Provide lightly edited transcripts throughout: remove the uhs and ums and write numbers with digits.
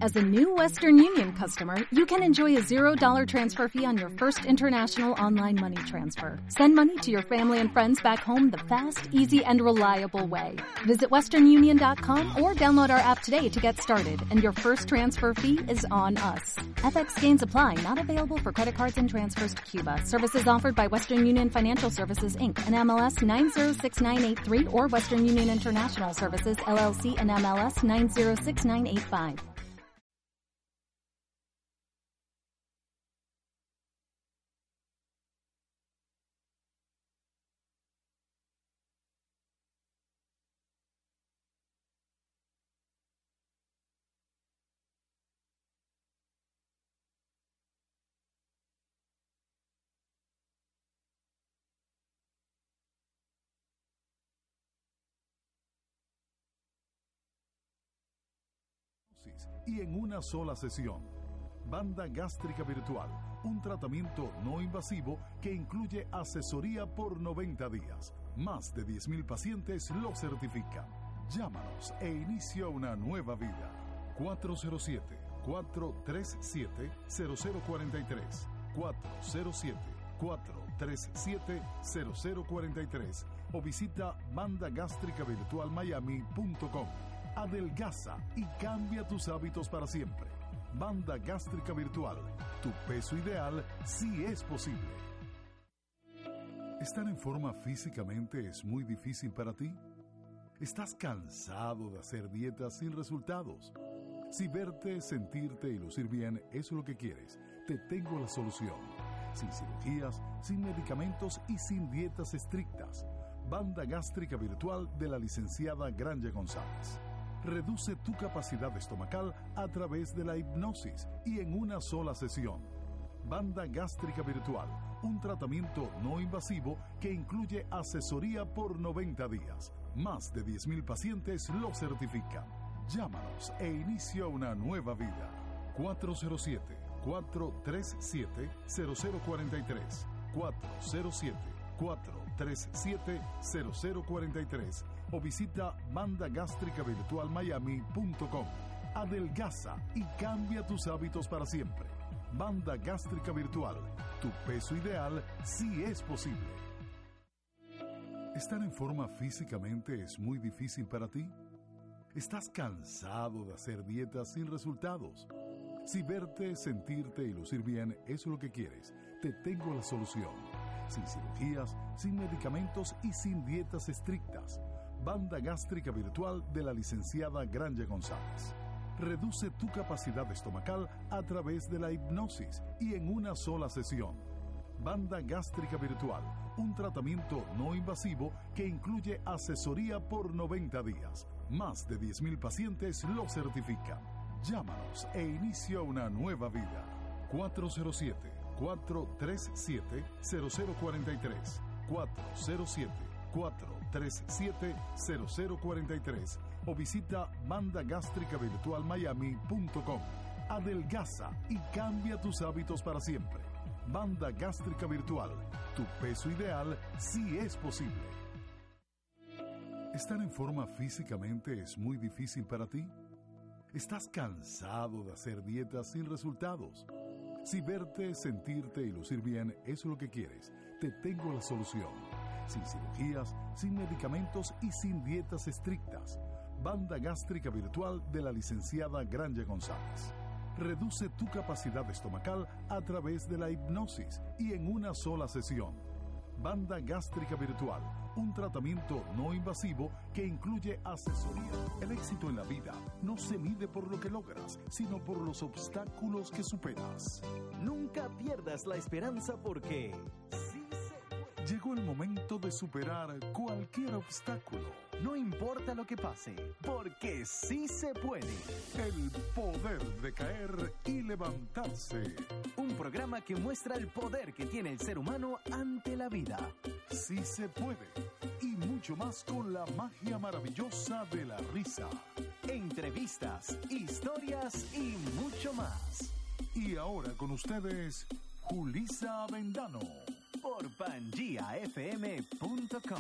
As a new Western Union customer, you can enjoy a $0 transfer fee on your first international online money transfer. Send money to your family and friends back home the fast, easy, and reliable way. Visit westernunion.com or download our app today to get started, and your first transfer fee is on us. FX gains apply, not available for credit cards and transfers to Cuba. Services offered by Western Union Financial Services, Inc., and MLS 906983, or Western Union International Services, LLC, and MLS 906985. Y en una sola sesión. Banda gástrica virtual, un tratamiento no invasivo que incluye asesoría por 90 días. Más de 10,000 pacientes lo certifican. Llámanos e inicia una nueva vida. 407-437-0043. 407-437-0043. O visita bandagástricavirtualmiami.com. Adelgaza y cambia tus hábitos para siempre. Banda gástrica virtual. Tu peso ideal sí es posible. ¿Estar en forma físicamente es muy difícil para ti? ¿Estás cansado de hacer dietas sin resultados? Si verte, sentirte y lucir bien es lo que quieres, te tengo la solución. Sin cirugías, sin medicamentos y sin dietas estrictas. Banda gástrica virtual de la licenciada Granja González. Reduce tu capacidad estomacal a través de la hipnosis y en una sola sesión. Banda gástrica virtual, un tratamiento no invasivo que incluye asesoría por 90 días. Más de 10,000 pacientes lo certifican. Llámanos e inicia una nueva vida. 407-437-0043. 407-437-0043. O visita bandagástricavirtualmiami.com. Adelgaza y cambia tus hábitos para siempre. Banda gástrica virtual. Tu peso ideal sí es posible. ¿Estar en forma físicamente es muy difícil para ti? ¿Estás cansado de hacer dietas sin resultados? Si verte, sentirte y lucir bien es lo que quieres, te tengo la solución. Sin cirugías, sin medicamentos y sin dietas estrictas. Banda gástrica virtual de la licenciada Granja González. Reduce tu capacidad estomacal a través de la hipnosis y en una sola sesión. Banda gástrica virtual, un tratamiento no invasivo que incluye asesoría por 90 días. Más de 10,000 pacientes lo certifican. Llámanos e inicia una nueva vida. 407-437-0043. 407-437-0043. O visita bandagástricavirtualmiami.com. Adelgaza y cambia tus hábitos para siempre. Banda gástrica virtual. Tu peso ideal sí es posible. ¿Estar en forma físicamente es muy difícil para ti? ¿Estás cansado de hacer dietas sin resultados? Si verte, sentirte y lucir bien es lo que quieres, te tengo la solución. Sin cirugías, sin medicamentos y sin dietas estrictas. Banda gástrica virtual de la licenciada Granja González. Reduce tu capacidad estomacal a través de la hipnosis y en una sola sesión. Banda gástrica virtual, un tratamiento no invasivo que incluye asesoría. El éxito en la vida no se mide por lo que logras, sino por los obstáculos que superas. Nunca pierdas la esperanza porque llegó el momento de superar cualquier obstáculo. No importa lo que pase, porque sí se puede. El poder de caer y levantarse. Un programa que muestra el poder que tiene el ser humano ante la vida. Sí se puede. Y mucho más con la magia maravillosa de la risa. Entrevistas, historias y mucho más. Y ahora con ustedes, Julissa Avendano. Por PangiaFM.com.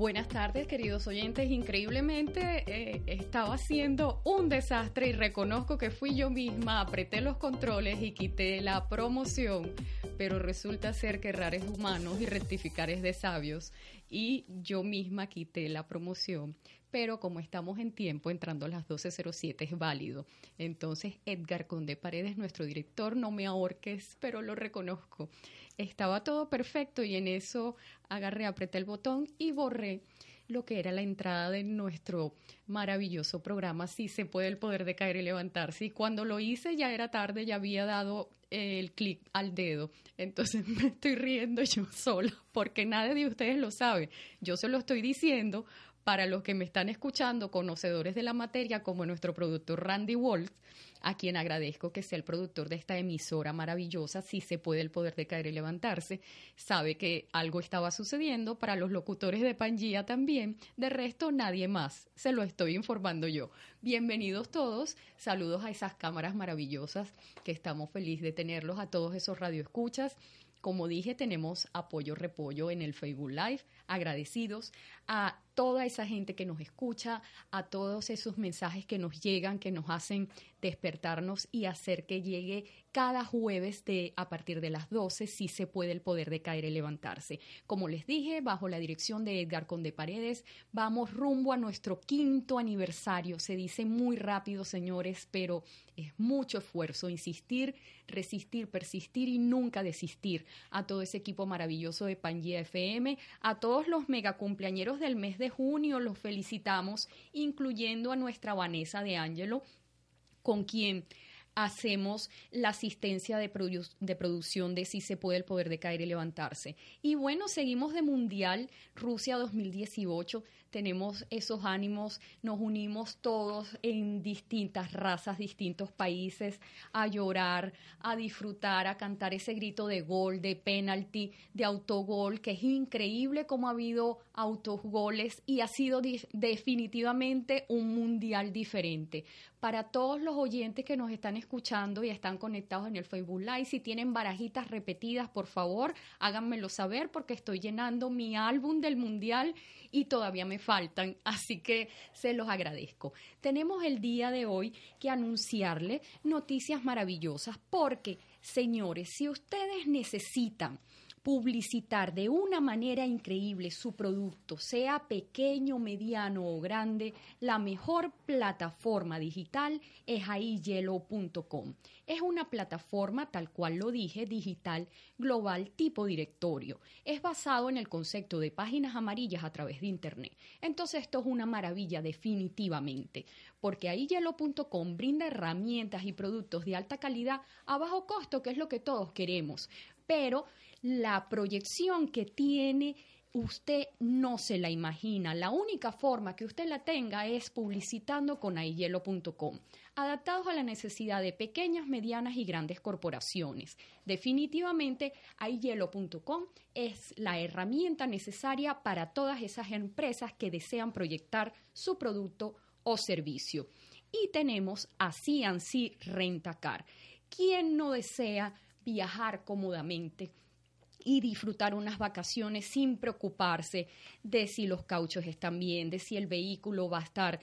Buenas tardes, queridos oyentes. Increíblemente estaba haciendo un desastre y reconozco que fui yo misma, apreté los controles y quité la promoción, pero resulta ser que errar es humano y rectificar es de sabios, y yo misma quité la promoción. Pero como estamos en tiempo, entrando a las 12:07 es válido. Entonces, Edgar Conde Paredes, nuestro director, no me ahorques, pero lo reconozco. Estaba todo perfecto y en eso apreté el botón y borré lo que era la entrada de nuestro maravilloso programa Sí se puede, el poder de caer y levantarse. Y cuando lo hice ya era tarde, ya había dado el clic al dedo. Entonces me estoy riendo yo sola porque nadie de ustedes lo sabe. Yo se lo estoy diciendo para los que me están escuchando, conocedores de la materia, como nuestro productor Randy Waltz, a quien agradezco que sea el productor de esta emisora maravillosa, Sí se puede, el poder de caer y levantarse, sabe que algo estaba sucediendo. Para los locutores de Pangea también, de resto nadie más, se lo estoy informando yo. Bienvenidos todos, saludos a esas cámaras maravillosas, que estamos felices de tenerlos, a todos esos radioescuchas. Como dije, tenemos apoyo repollo en el Facebook Live, agradecidos a toda esa gente que nos escucha, a todos esos mensajes que nos llegan, que nos hacen despertarnos y hacer que llegue cada jueves a partir de las 12, Sí se puede, el poder de caer y levantarse. Como les dije, bajo la dirección de Edgar Conde Paredes, vamos rumbo a nuestro 5º aniversario. Se dice muy rápido, señores, pero es mucho esfuerzo, insistir, resistir, persistir y nunca desistir. A todo ese equipo maravilloso de Pangea FM, a todos los mega cumpleañeros del mes de junio, los felicitamos, incluyendo a nuestra Vanessa de Angelo, con quien hacemos la asistencia de producción de Sí se puede, el poder de caer y levantarse. Y bueno, seguimos de Mundial Rusia 2018, tenemos esos ánimos, nos unimos todos en distintas razas, distintos países, a llorar, a disfrutar, a cantar ese grito de gol, de penalti, de autogol, que es increíble cómo ha habido autogoles y ha sido definitivamente un mundial diferente. Para todos los oyentes que nos están escuchando y están conectados en el Facebook Live, si tienen barajitas repetidas, por favor, háganmelo saber porque estoy llenando mi álbum del mundial y todavía me faltan, así que se los agradezco. Tenemos el día de hoy que anunciarle noticias maravillosas porque, señores, si ustedes necesitan publicitar de una manera increíble su producto, sea pequeño, mediano o grande, la mejor plataforma digital es aiyellow.com. Es una plataforma, tal cual lo dije, digital, global, tipo directorio. Es basado en el concepto de páginas amarillas a través de Internet. Entonces esto es una maravilla definitivamente, porque aiyellow.com brinda herramientas y productos de alta calidad a bajo costo, que es lo que todos queremos. Pero la proyección que tiene usted no se la imagina. La única forma que usted la tenga es publicitando con aiyellow.com, adaptados a la necesidad de pequeñas, medianas y grandes corporaciones. Definitivamente, aiyellow.com es la herramienta necesaria para todas esas empresas que desean proyectar su producto o servicio. Y tenemos a C&C Rent-A-Car. ¿Quién no desea viajar cómodamente y disfrutar unas vacaciones sin preocuparse de si los cauchos están bien, de si el vehículo va a estar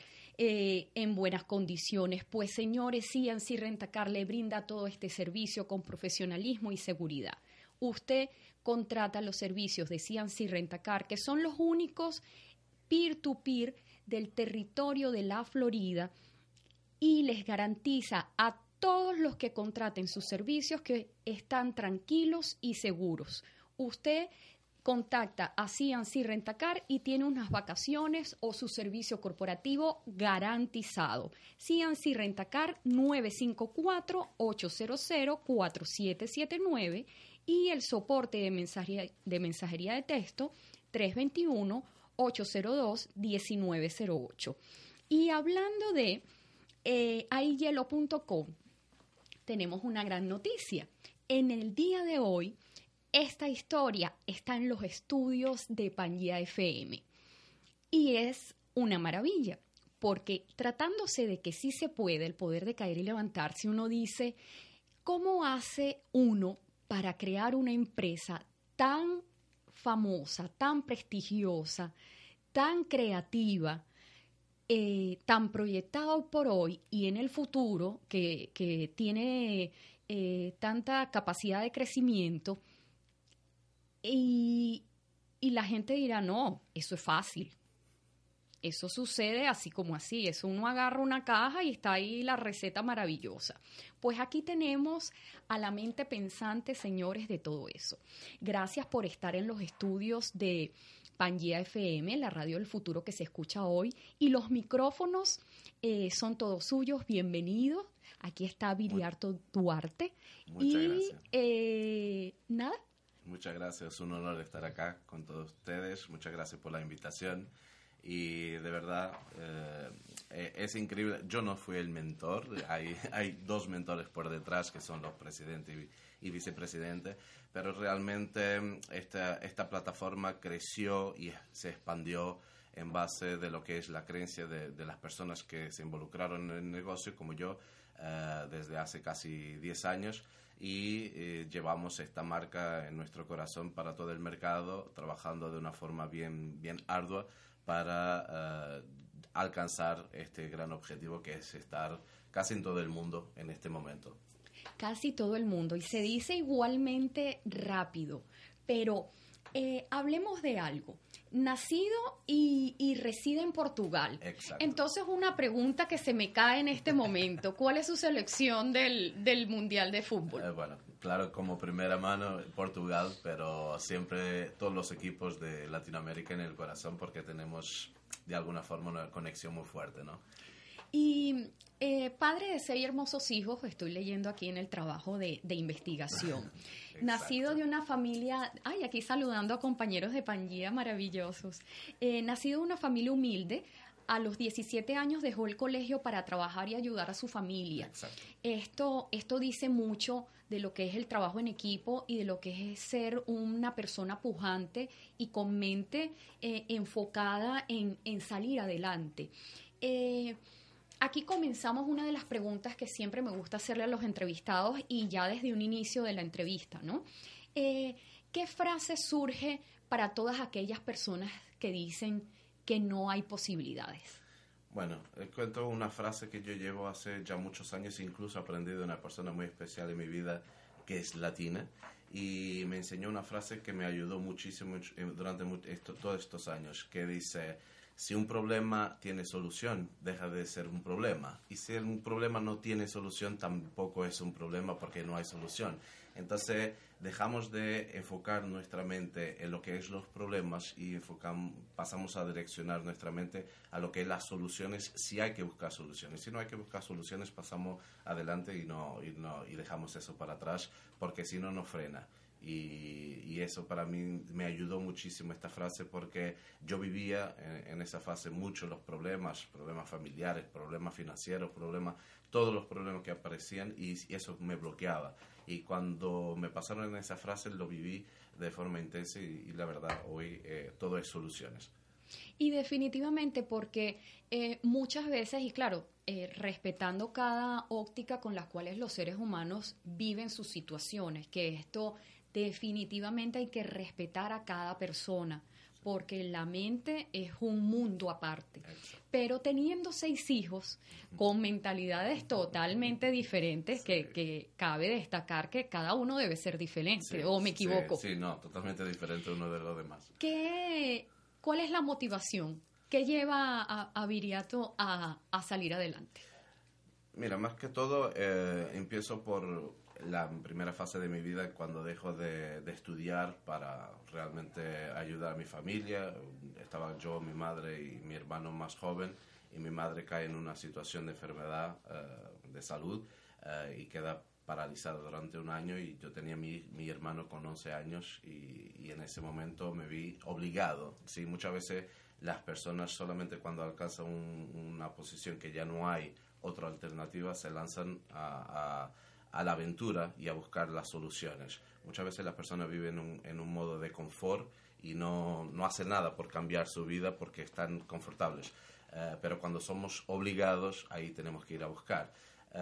en buenas condiciones? Pues, señores, C&C Rent-A-Car le brinda todo este servicio con profesionalismo y seguridad. Usted contrata los servicios de C&C Rent-A-Car, que son los únicos peer-to-peer del territorio de la Florida, y les garantiza a todos los que contraten sus servicios que están tranquilos y seguros. Usted contacta a C&C Rent-A-Car y tiene unas vacaciones o su servicio corporativo garantizado. C&C Rent-A-Car 954-800-4779 y el soporte de mensajería de texto 321-802-1908. Y hablando de aiyellow.com, tenemos una gran noticia. En el día de hoy, esta historia está en los estudios de Pangea FM y es una maravilla, porque tratándose de que sí se puede, el poder de caer y levantarse, uno dice, ¿cómo hace uno para crear una empresa tan famosa, tan prestigiosa, tan creativa, tan proyectado por hoy y en el futuro, que tiene tanta capacidad de crecimiento, y la gente dirá, no, eso es fácil. Eso sucede así como así. Eso uno agarra una caja y está ahí la receta maravillosa. Pues aquí tenemos a la mente pensante, señores, de todo eso. Gracias por estar en los estudios de Pangea FM, la radio del futuro que se escucha hoy. Y los micrófonos son todos suyos. Bienvenidos. Aquí está Viriarto Duarte. Muchas gracias. Nada. Muchas gracias. Es un honor estar acá con todos ustedes. Muchas gracias por la invitación. Y de verdad es increíble. Yo no fui el mentor, hay dos mentores por detrás que son los presidentes y vicepresidentes, pero realmente esta plataforma creció y se expandió en base de lo que es la creencia de las personas que se involucraron en el negocio, como yo, desde hace casi 10 años. Y llevamos esta marca en nuestro corazón para todo el mercado, trabajando de una forma bien ardua para alcanzar este gran objetivo que es estar casi en todo el mundo en este momento. Casi todo el mundo, y se dice igualmente rápido, pero hablemos de algo. Nacido y reside en Portugal. Exacto. Entonces, una pregunta que se me cae en este momento. ¿Cuál es su selección del Mundial de Fútbol? Bueno, claro, como primera mano, Portugal, pero siempre todos los equipos de Latinoamérica en el corazón porque tenemos, de alguna forma, una conexión muy fuerte, ¿no? Y padre de 6 hermosos hijos, estoy leyendo aquí en el trabajo de investigación. Nacido de una familia, aquí saludando a compañeros de Pangea maravillosos. Nacido de una familia humilde, a los 17 años dejó el colegio para trabajar y ayudar a su familia. Exacto. Esto dice mucho de lo que es el trabajo en equipo y de lo que es ser una persona pujante y con mente enfocada en salir adelante. Aquí comenzamos una de las preguntas que siempre me gusta hacerle a los entrevistados y ya desde un inicio de la entrevista, ¿no? ¿Qué frase surge para todas aquellas personas que dicen que no hay posibilidades? Bueno, cuento una frase que yo llevo hace ya muchos años, incluso aprendí de una persona muy especial en mi vida que es latina y me enseñó una frase que me ayudó muchísimo durante todos estos años, que dice: si un problema tiene solución, deja de ser un problema. Y si un problema no tiene solución, tampoco es un problema porque no hay solución. Entonces, dejamos de enfocar nuestra mente en lo que es los problemas y pasamos a direccionar nuestra mente a lo que es las soluciones, si hay que buscar soluciones. Si no hay que buscar soluciones, pasamos adelante y dejamos eso para atrás, porque si no, nos frena. Y eso para mí me ayudó muchísimo esta frase, porque yo vivía en esa fase mucho los problemas familiares, problemas financieros, todos los problemas que aparecían, y eso me bloqueaba. Y cuando me pasaron en esa frase lo viví de forma intensa y la verdad hoy todo es soluciones. Y definitivamente porque muchas veces, y claro, respetando cada óptica con las cuales los seres humanos viven sus situaciones, que esto definitivamente hay que respetar a cada persona, porque la mente es un mundo aparte. Pero teniendo 6 hijos con mentalidades totalmente diferentes, que cabe destacar que cada uno debe ser diferente, ¿o me equivoco? Sí, no, totalmente diferente uno de los demás. ¿Cuál es la motivación que lleva a Viriarto a salir adelante? Mira, más que todo empiezo por la primera fase de mi vida, cuando dejo de estudiar para realmente ayudar a mi familia. Estaba yo, mi madre y mi hermano más joven, y mi madre cae en una situación de enfermedad de salud y queda paralizada durante un año, y yo tenía mi hermano con 11 años y en ese momento me vi obligado. Sí, muchas veces las personas solamente cuando alcanzan una posición que ya no hay otra alternativa se lanzan a la aventura y a buscar las soluciones. Muchas veces las personas viven en un modo de confort y no hacen nada por cambiar su vida porque están confortables. Pero cuando somos obligados, ahí tenemos que ir a buscar.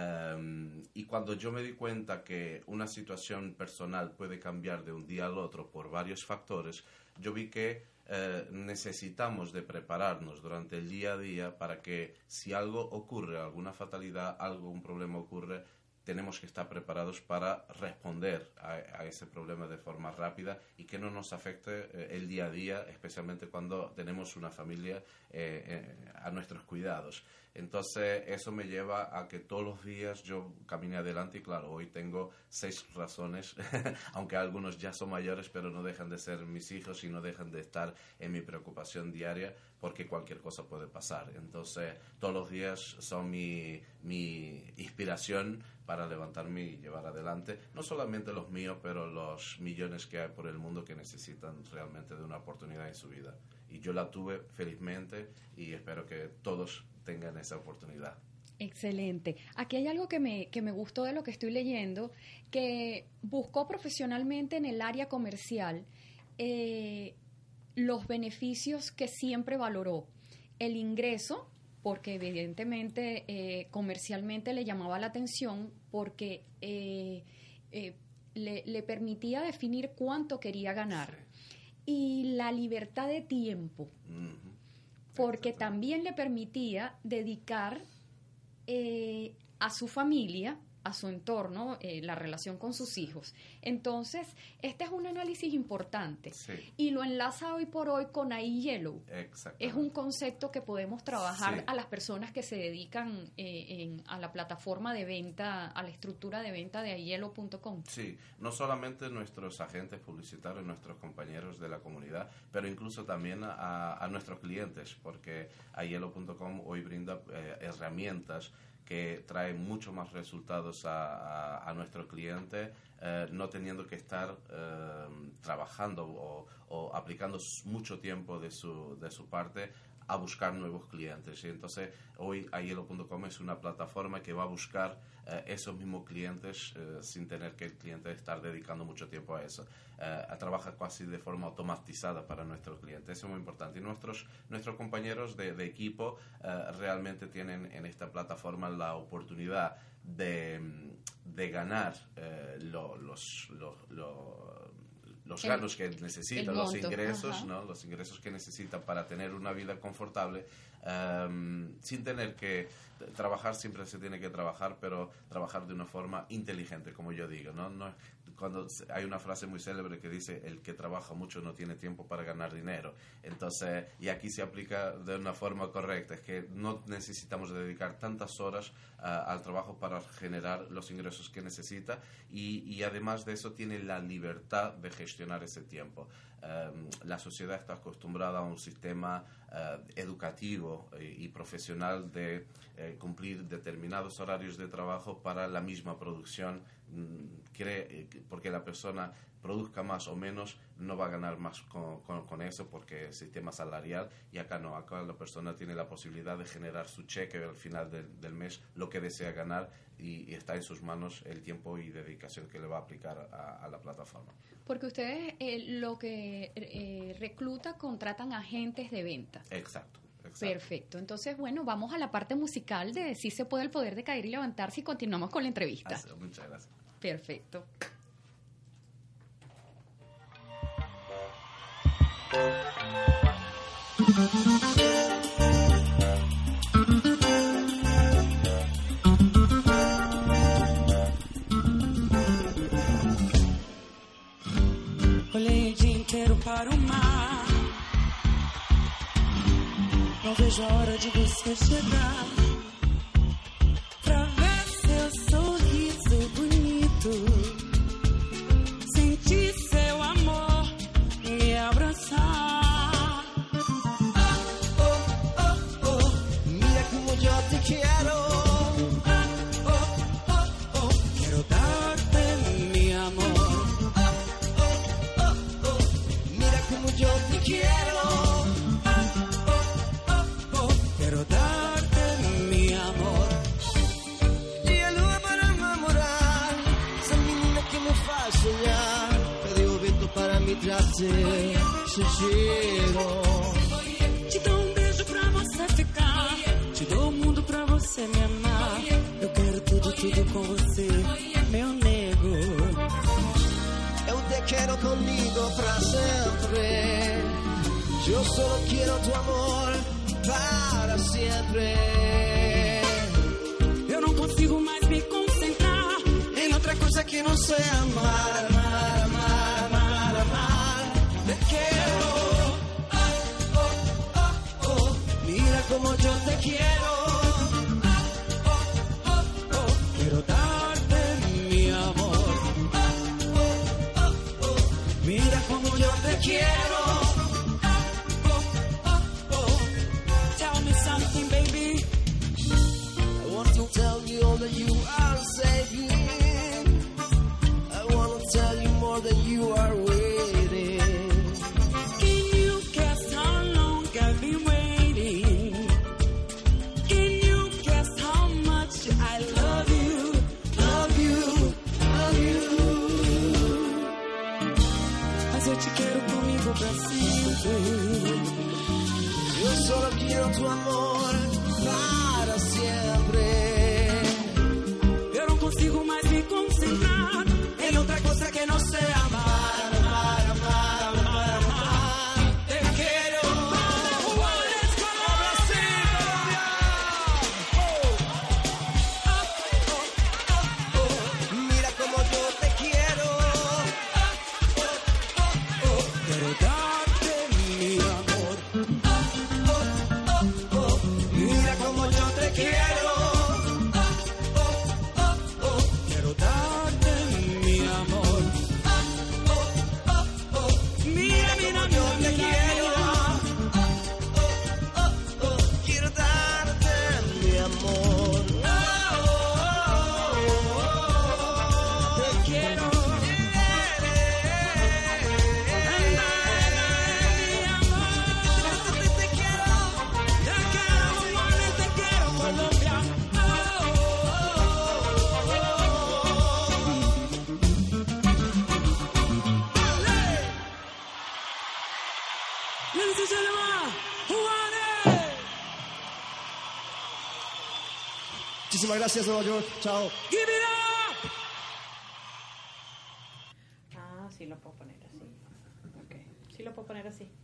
Y cuando yo me di cuenta que una situación personal puede cambiar de un día al otro por varios factores, yo vi que necesitamos de prepararnos durante el día a día para que si algo ocurre, alguna fatalidad, un problema ocurre, tenemos que estar preparados para responder a ese problema de forma rápida y que no nos afecte el día a día, especialmente cuando tenemos una familia a nuestros cuidados. Entonces, eso me lleva a que todos los días yo camine adelante y claro, hoy tengo 6 razones, aunque algunos ya son mayores, pero no dejan de ser mis hijos y no dejan de estar en mi preocupación diaria porque cualquier cosa puede pasar. Entonces, todos los días son mi inspiración para levantarme y llevar adelante, no solamente los míos, pero los millones que hay por el mundo que necesitan realmente de una oportunidad en su vida. Y yo la tuve felizmente y espero que todos tengan esa oportunidad. Excelente. Aquí hay algo que me gustó de lo que estoy leyendo, que buscó profesionalmente en el área comercial los beneficios que siempre valoró. El ingreso, porque evidentemente comercialmente le llamaba la atención, porque le permitía definir cuánto quería ganar. Sí. Y la libertad de tiempo, porque también le permitía dedicar a su familia, a su entorno, la relación con sus hijos. Entonces, este es un análisis importante. Sí. Y lo enlaza hoy por hoy con iYellow. Es un concepto que podemos trabajar a las personas que se dedican a la plataforma de venta, a la estructura de venta de iYellow.com. Sí, no solamente nuestros agentes publicitarios, nuestros compañeros de la comunidad, pero incluso también a nuestros clientes, porque iYellow.com hoy brinda herramientas que trae mucho más resultados a nuestro cliente, no teniendo que estar trabajando o aplicando mucho tiempo de su parte a buscar nuevos clientes. Y entonces, hoy iYellow.com es una plataforma que va a buscar esos mismos clientes sin tener que el cliente estar dedicando mucho tiempo a eso. Trabaja casi de forma automatizada para nuestros clientes. Eso es muy importante. Y nuestros compañeros de equipo realmente tienen en esta plataforma la oportunidad de ganar los ganos que necesitan, los ingresos, ¿no? Los ingresos que necesitan para tener una vida confortable, sin tener que trabajar. Siempre se tiene que trabajar, pero trabajar de una forma inteligente, como yo digo, ¿no? Cuando hay una frase muy célebre que dice: el que trabaja mucho no tiene tiempo para ganar dinero. Entonces, y aquí se aplica de una forma correcta, es que no necesitamos dedicar tantas horas al trabajo para generar los ingresos que necesita, y además de eso tiene la libertad de gestionar ese tiempo. La sociedad está acostumbrada a un sistema educativo y profesional de cumplir determinados horarios de trabajo para la misma producción. Porque la persona produzca más o menos, no va a ganar más con eso, porque el sistema salarial, y acá no, acá la persona tiene la posibilidad de generar su cheque al final del mes, lo que desea ganar, y está en sus manos el tiempo y dedicación que le va a aplicar a la plataforma. Porque ustedes lo que contratan agentes de venta. Exacto. Perfecto. Entonces, bueno, vamos a la parte musical de Si se puede, el poder de caer y levantarse, y continuamos con la entrevista. Muchas gracias. Perfecto. Olhei o dia inteiro para o mar, não vejo a hora de você chegar, pra ver seu sorriso bonito, sentir seu amor me abraçar. Oh, oh, oh, oh, mira como yo te quiero. Oh, oh, oh, oh, quiero darte mi amor. Oh, oh, oh, mira como yo te quiero. Quiero darte mi amor. Y a lua para namorar, esa menina que me faz sonhar, pede o vento para me trazer esse cheiro. Te dou beijo pra você ficar, te dou o mundo pra você me amar. Eu quero tudo, tudo com você, meu nego. Eu te quero comigo pra sempre. sempre. Eu não consigo mais me concentrar Em outra coisa que não sei amar, amar, amar, amar, amar. Te quiero, oh, oh, oh, oh. Mira como yo te quiero, oh, oh, oh, oh. Quiero darte mi amor. Oh, oh, oh. Mira como yo te quiero. Tell me something, baby. I want to tell you all that you are saving. I want to tell you more than you are waiting. Can you guess how long I've been waiting? Can you guess how much I love you? Love you, love you. Mas eu te quero comigo pra sempre. Yo solo quiero tu amor para siempre. Eu não consigo mais me concentrar em outra coisa que não sei amar, amar, amar, amar, amar. Te quiero. Mira como yo te quiero. Quero darte mi amor. Mira como yo te quiero. Quero darte mi amor. Mira, mira, Yo te mira, quiero. mira. Quiero darte mi amor. Te quiero. Ladies and gentlemen, Juanes. Muchísimas gracias, Nueva York. Chao. Give it up. Ah, sí lo puedo poner así. Ok, sí lo puedo poner así.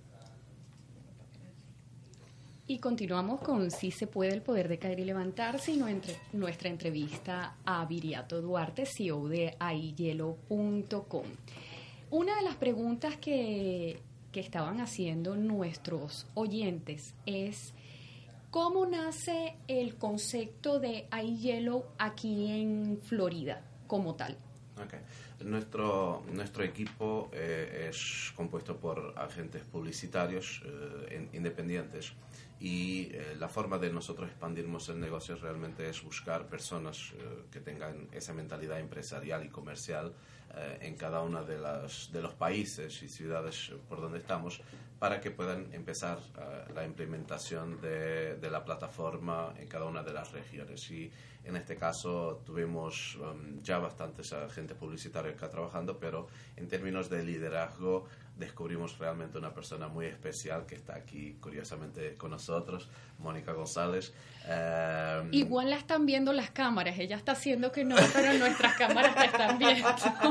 Y continuamos con Si se puede, el poder de caer y levantarse, y nuestra entrevista a Viriato Duarte, CEO de ahielo.com. Una de las preguntas que estaban haciendo nuestros oyentes es: ¿cómo nace el concepto de iHielo aquí en Florida como tal? Okay. Nuestro equipo es compuesto por agentes publicitarios independientes, y la forma de nosotros expandirnos el negocio realmente es buscar personas que tengan esa mentalidad empresarial y comercial en cada uno de los países y ciudades por donde estamos, para que puedan empezar la implementación de la plataforma en cada una de las regiones. Y en este caso tuvimos ya bastantes agentes publicitarios acá trabajando, pero en términos de liderazgo descubrimos realmente una persona muy especial que está aquí curiosamente con nosotros, Mónica González. Igual la están viendo las cámaras, ella está haciendo que no, pero nuestras cámaras la están viendo.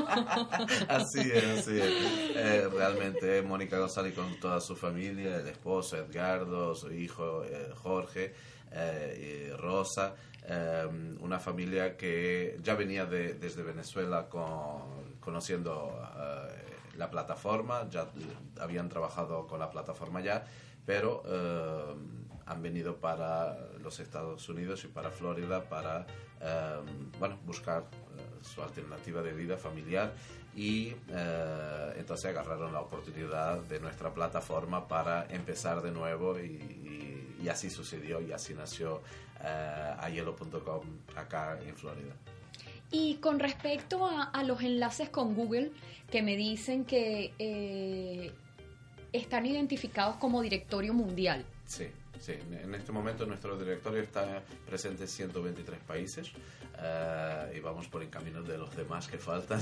Así es. Realmente Mónica González con toda su familia, el esposo Edgardo, su hijo Jorge, y Rosa, una familia que ya venía desde Venezuela conociendo la plataforma, ya habían trabajado con la plataforma ya, pero han venido para los Estados Unidos y para Florida para buscar su alternativa de vida familiar, y entonces agarraron la oportunidad de nuestra plataforma para empezar de nuevo, y así sucedió, y así nació ahielo.com acá en Florida. Y con respecto a los enlaces con Google, que me dicen que están identificados como directorio mundial. Sí. En este momento nuestro directorio está presente en 123 países, y vamos por el camino de los demás que faltan.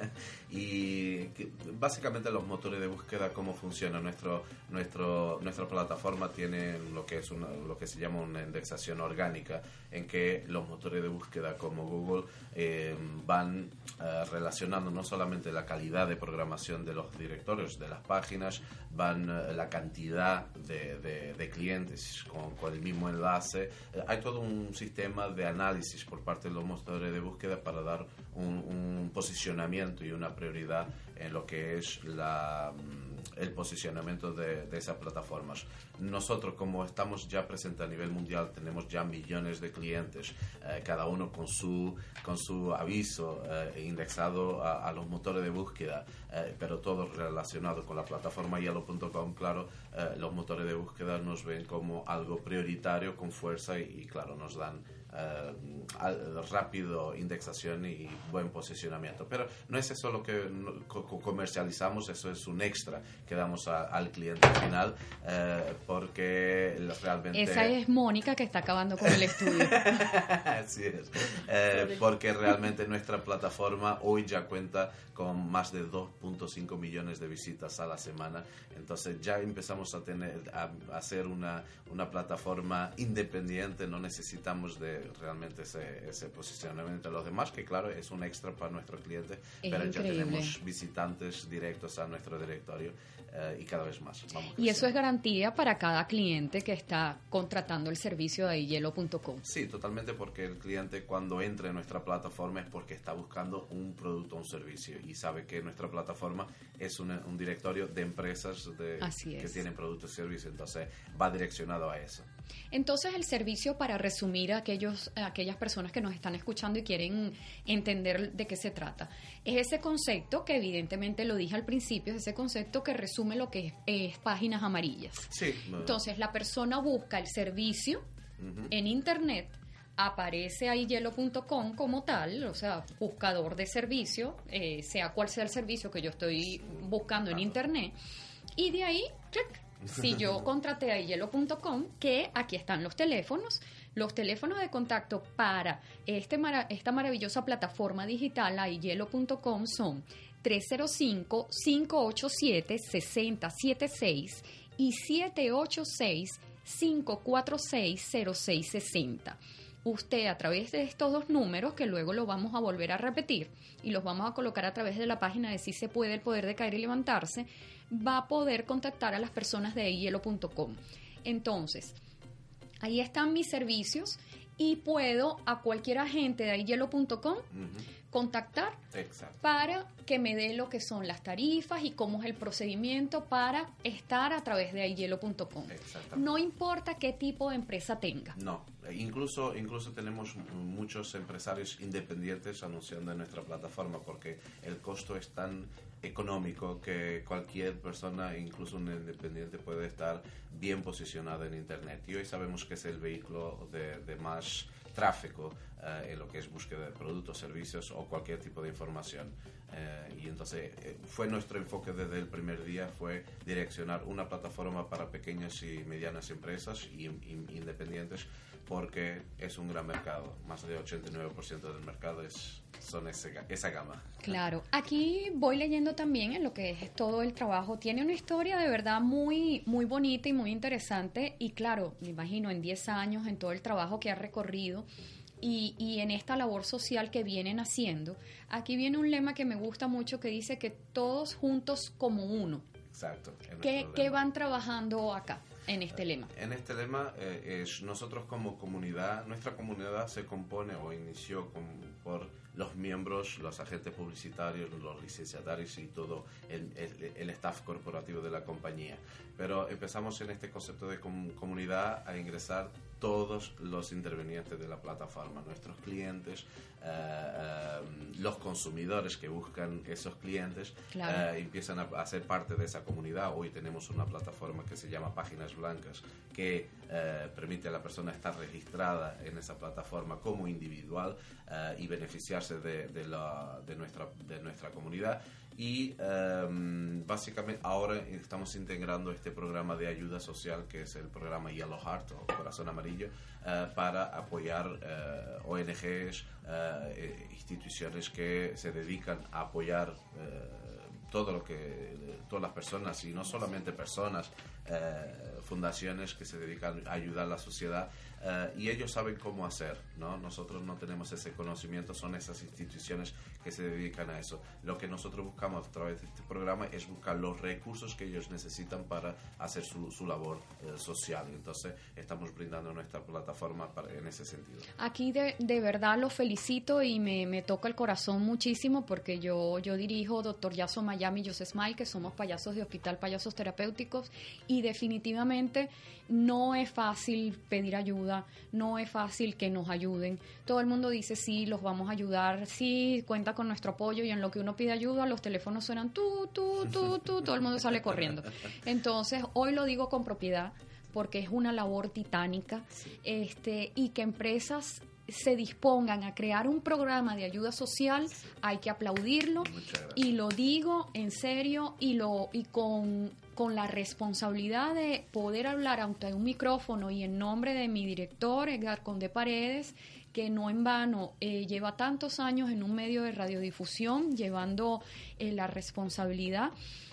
Y básicamente los motores de búsqueda, cómo funciona nuestra plataforma, tiene lo que se llama una indexación orgánica, en que los motores de búsqueda como Google van relacionando no solamente la calidad de programación de los directorios, de las páginas, van la cantidad de clientes links con el mismo enlace. Hay todo un sistema de análisis por parte de los motores de búsqueda para dar un posicionamiento y una prioridad en lo que es el posicionamiento de esas plataformas. Nosotros, como estamos ya presentes a nivel mundial, tenemos ya millones de clientes, cada uno con su aviso indexado a los motores de búsqueda, pero todo relacionado con la plataforma Yellow.com. Claro, los motores de búsqueda nos ven como algo prioritario, con fuerza, y claro, nos dan rápido indexación y buen posicionamiento. Pero no es eso lo que comercializamos, eso es un extra que damos al cliente final, porque realmente... Esa es Mónica, que está acabando con el estudio. Así es. Porque realmente nuestra plataforma hoy ya cuenta con más de 2.5 millones de visitas a la semana. Entonces ya empezamos a hacer una plataforma independiente. No necesitamos de realmente ese posicionamiento de los demás, que claro, es un extra para nuestros clientes, pero increíble. Ya tenemos visitantes directos a nuestro directorio, y cada vez más. Y eso es garantía para cada cliente que está contratando el servicio de Yellow.com. Sí, totalmente, porque el cliente, cuando entra en nuestra plataforma, es porque está buscando un producto o un servicio y sabe que nuestra plataforma es un directorio de empresas que tienen productos y servicios, entonces va direccionado a eso. Entonces, el servicio, para resumir a aquellas personas que nos están escuchando y quieren entender de qué se trata, es ese concepto que evidentemente lo dije al principio, es ese concepto que resume lo que es páginas amarillas. Sí. Entonces, la persona busca el servicio en Internet, aparece ahí Yellow.com como tal, o sea, buscador de servicio, sea cual sea el servicio que yo estoy buscando en Internet, y de ahí, clic. Si yo contraté a Yellow.com, que aquí están los teléfonos de contacto para esta maravillosa plataforma digital, a Yellow.com, son 305-587-6076 y 786-546-0660. Usted, a través de estos dos números, que luego lo vamos a volver a repetir y los vamos a colocar a través de la página de Si Se Puede, el poder de caer y levantarse, va a poder contactar a las personas de Yellow.com. Entonces, ahí están mis servicios y puedo a cualquier agente de Yellow.com contactar. Exacto. Para que me dé lo que son las tarifas y cómo es el procedimiento para estar a través de Yellow.com. No importa qué tipo de empresa tenga. No, incluso tenemos muchos empresarios independientes anunciando en nuestra plataforma, porque el costo es tan económico que cualquier persona, incluso un independiente, puede estar bien posicionado en Internet. Y hoy sabemos que es el vehículo de más tráfico en lo que es búsqueda de productos, servicios o cualquier tipo de información. Y entonces fue nuestro enfoque desde el primer día, fue direccionar una plataforma para pequeñas y medianas empresas y independientes, porque es un gran mercado. Más del 89% del mercado son esa gama. Claro. Aquí voy leyendo también en lo que es todo el trabajo. Tiene una historia de verdad muy, muy bonita y muy interesante. Y claro, me imagino en 10 años, en todo el trabajo que ha recorrido y en esta labor social que vienen haciendo. Aquí viene un lema que me gusta mucho, que dice que todos juntos como uno. Exacto. ¿Qué van trabajando acá en este lema? En este lema, nosotros como comunidad, nuestra comunidad se compone o inició por los miembros, los agentes publicitarios, los licenciatarios y todo el staff corporativo de la compañía. Pero empezamos en este concepto de comunidad a ingresar todos los intervenientes de la plataforma, nuestros clientes, los consumidores que buscan esos clientes, claro, empiezan a ser parte de esa comunidad. Hoy tenemos una plataforma que se llama Páginas Blancas, que permite a la persona estar registrada en esa plataforma como individual y beneficiarse de nuestra comunidad. Y básicamente ahora estamos integrando este programa de ayuda social, que es el programa Yellow Heart o Corazón Amarillo, para apoyar ONGs, instituciones que se dedican a apoyar todas las personas, y no solamente personas, fundaciones que se dedican a ayudar a la sociedad, y ellos saben cómo hacer, ¿no? Nosotros no tenemos ese conocimiento, son esas instituciones que se dedican a eso. Lo que nosotros buscamos a través de este programa es buscar los recursos que ellos necesitan para hacer su labor social. Entonces estamos brindando nuestra plataforma en ese sentido. Aquí de verdad lo felicito y me toca el corazón muchísimo, porque yo dirijo Dr. Yaso Miami Just Smile, que somos payasos de hospital, payasos terapéuticos, y definitivamente no es fácil pedir ayuda, no es fácil que nos ayuden. Todo el mundo dice sí, los vamos a ayudar, sí, cuenta con nuestro apoyo, y en lo que uno pide ayuda los teléfonos suenan todo el mundo sale corriendo. Entonces hoy lo digo con propiedad, porque es una labor titánica, y que empresas se dispongan a crear un programa de ayuda social, hay que aplaudirlo, y lo digo en serio y con la responsabilidad de poder hablar ante un micrófono y en nombre de mi director Edgar Conde Paredes, que no en vano lleva tantos años en un medio de radiodifusión llevando la responsabilidad.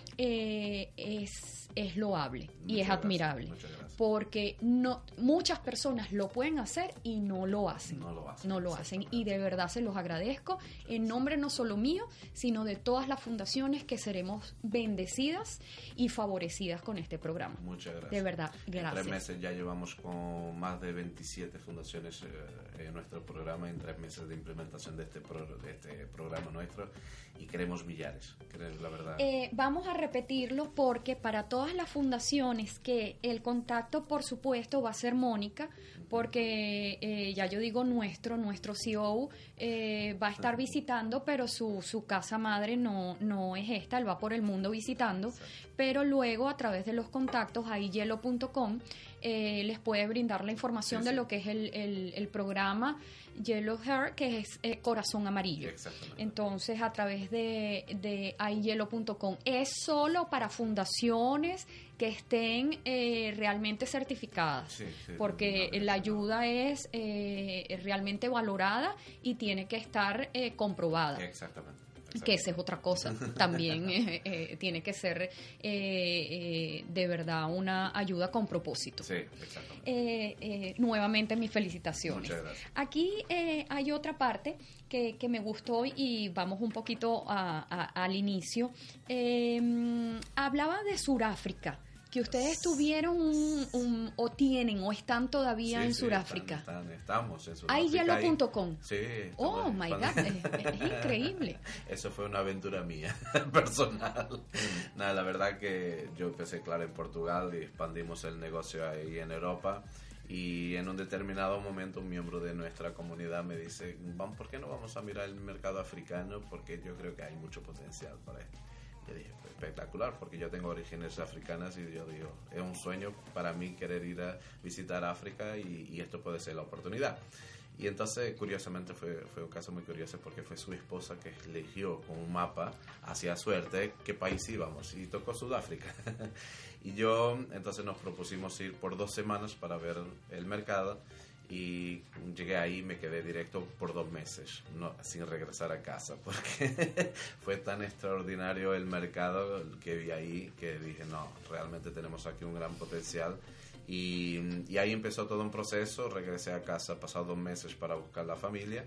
Es loable y es admirable, porque muchas personas lo pueden hacer y no lo hacen, y de verdad se los agradezco en nombre no solo mío, sino de todas las fundaciones que seremos bendecidas y favorecidas con este programa. Muchas gracias. De verdad, gracias. En 3 meses ya llevamos con más de 27 fundaciones en nuestro programa, en 3 meses de implementación de este programa nuestro, y queremos millares, la verdad. Vamos a repetirlo, porque para todas las fundaciones que el contacto, por supuesto, va a ser Mónica, porque ya yo digo nuestro CEO va a estar visitando, pero su casa madre no es esta, él va por el mundo visitando. Exacto. Pero luego a través de los contactos, ahí hielo.com, les puede brindar la información de lo que es el programa Yellow Heart, que es Corazón Amarillo. Entonces, a través de hielo.com, es solo para fundaciones que estén realmente certificadas, porque la ayuda es realmente valorada y tiene que estar comprobada. Exactamente. Que esa es otra cosa, también tiene que ser de verdad una ayuda con propósito. Sí, exactamente. Nuevamente mis felicitaciones. Muchas gracias. Aquí hay otra parte que me gustó, y vamos un poquito al inicio. Hablaba de Sudáfrica, que ustedes tuvieron o tienen o están todavía en Sudáfrica. Estamos en Sudáfrica. hielo.com. Sí. Oh my God, es increíble. Eso fue una aventura mía, personal. Nada, la verdad que yo empecé, claro, en Portugal, y expandimos el negocio ahí en Europa. Y en un determinado momento un miembro de nuestra comunidad me dice, ¿por qué no vamos a mirar el mercado africano? Porque yo creo que hay mucho potencial para esto. Yo dije, espectacular, porque yo tengo orígenes africanas, y yo digo, es un sueño para mí querer ir a visitar África, y esto puede ser la oportunidad. Y entonces, curiosamente, fue un caso muy curioso, porque fue su esposa que eligió con un mapa, hacia suerte, qué país íbamos, y tocó Sudáfrica. Y entonces nos propusimos ir por 2 semanas para ver el mercado, y llegué ahí y me quedé directo por 2 meses, sin regresar a casa, porque fue tan extraordinario el mercado que vi ahí, que dije, no, realmente tenemos aquí un gran potencial. Y ahí empezó todo un proceso. Regresé a casa pasado 2 meses para buscar la familia,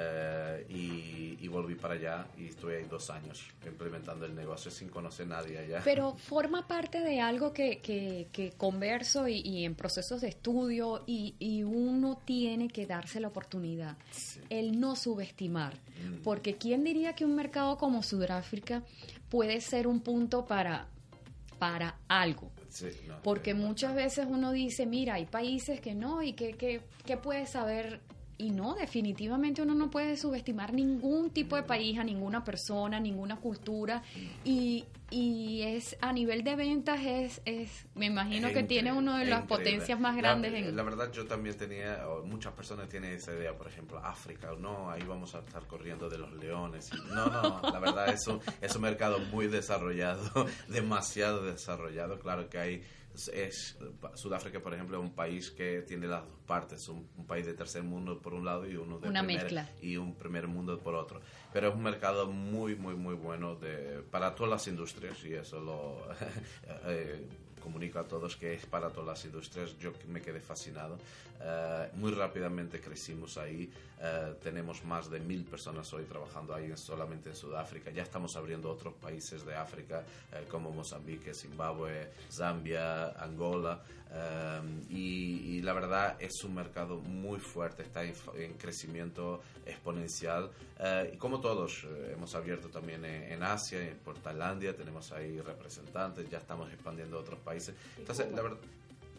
y volví para allá, y estuve ahí 2 años implementando el negocio sin conocer a nadie allá. Pero forma parte de algo que converso y en procesos de estudio, y uno tiene que darse la oportunidad, el no subestimar, porque ¿quién diría que un mercado como Sudáfrica puede ser un punto para algo? Sí, porque muchas veces uno dice, mira, hay países que no, y que puedes saber, y no, definitivamente uno no puede subestimar ningún tipo de país, a ninguna persona, ninguna cultura, y es a nivel de ventas me imagino que tiene una de las potencias más grandes. La verdad, yo también muchas personas tienen esa idea, por ejemplo, África, no, ahí vamos a estar corriendo de los leones. No, la verdad es un mercado muy desarrollado, demasiado desarrollado. Claro que hay Sudáfrica, por ejemplo, es un país que tiene las dos partes, un país de tercer mundo por un lado y uno de mezcla. Y un primer mundo por otro. Pero es un mercado muy, muy, muy bueno para todas las industrias, y eso lo comunico a todos que es para todas las industrias. Yo me quedé fascinado. Muy rápidamente crecimos ahí. Tenemos más de 1,000 personas hoy trabajando ahí solamente en Sudáfrica. Ya estamos abriendo otros países de África como Mozambique, Zimbabue, Zambia, Angola, y la verdad es un mercado muy fuerte, está en crecimiento exponencial, y como todos hemos abierto también en Asia, por Tailandia tenemos ahí representantes, ya estamos expandiendo a otros países. Entonces la verdad,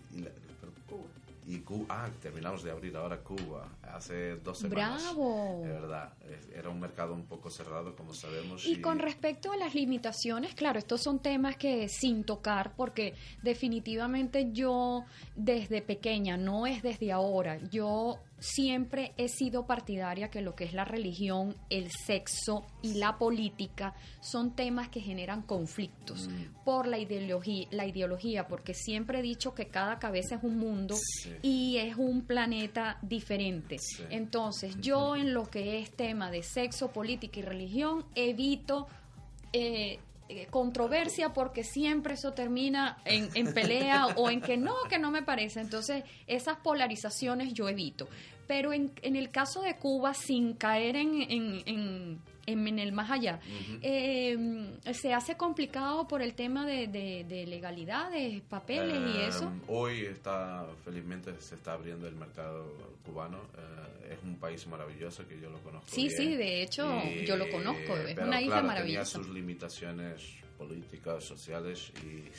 y Cuba, terminamos de abrir ahora Cuba hace 2 semanas. ¡Bravo! De verdad, era un mercado un poco cerrado, como sabemos. Y con respecto a las limitaciones, claro, estos son temas que sin tocar, porque definitivamente yo desde pequeña, no es desde ahora, yo siempre he sido partidaria que lo que es la religión, el sexo y la política son temas que generan conflictos por la ideología, porque siempre he dicho que cada cabeza es un mundo y es un planeta diferente. Entonces, yo en lo que es tema de sexo, política y religión evito controversia, porque siempre eso termina en pelea o en que no me parece. Entonces esas polarizaciones yo evito, pero en el caso de Cuba, sin caer en el más allá, se hace complicado por el tema de legalidades, papeles y eso. Hoy felizmente se está abriendo el mercado cubano. Es un país maravilloso que yo lo conozco bien. Sí, de hecho yo lo conozco, es una isla maravillosa. Tenía sus limitaciones políticas, sociales,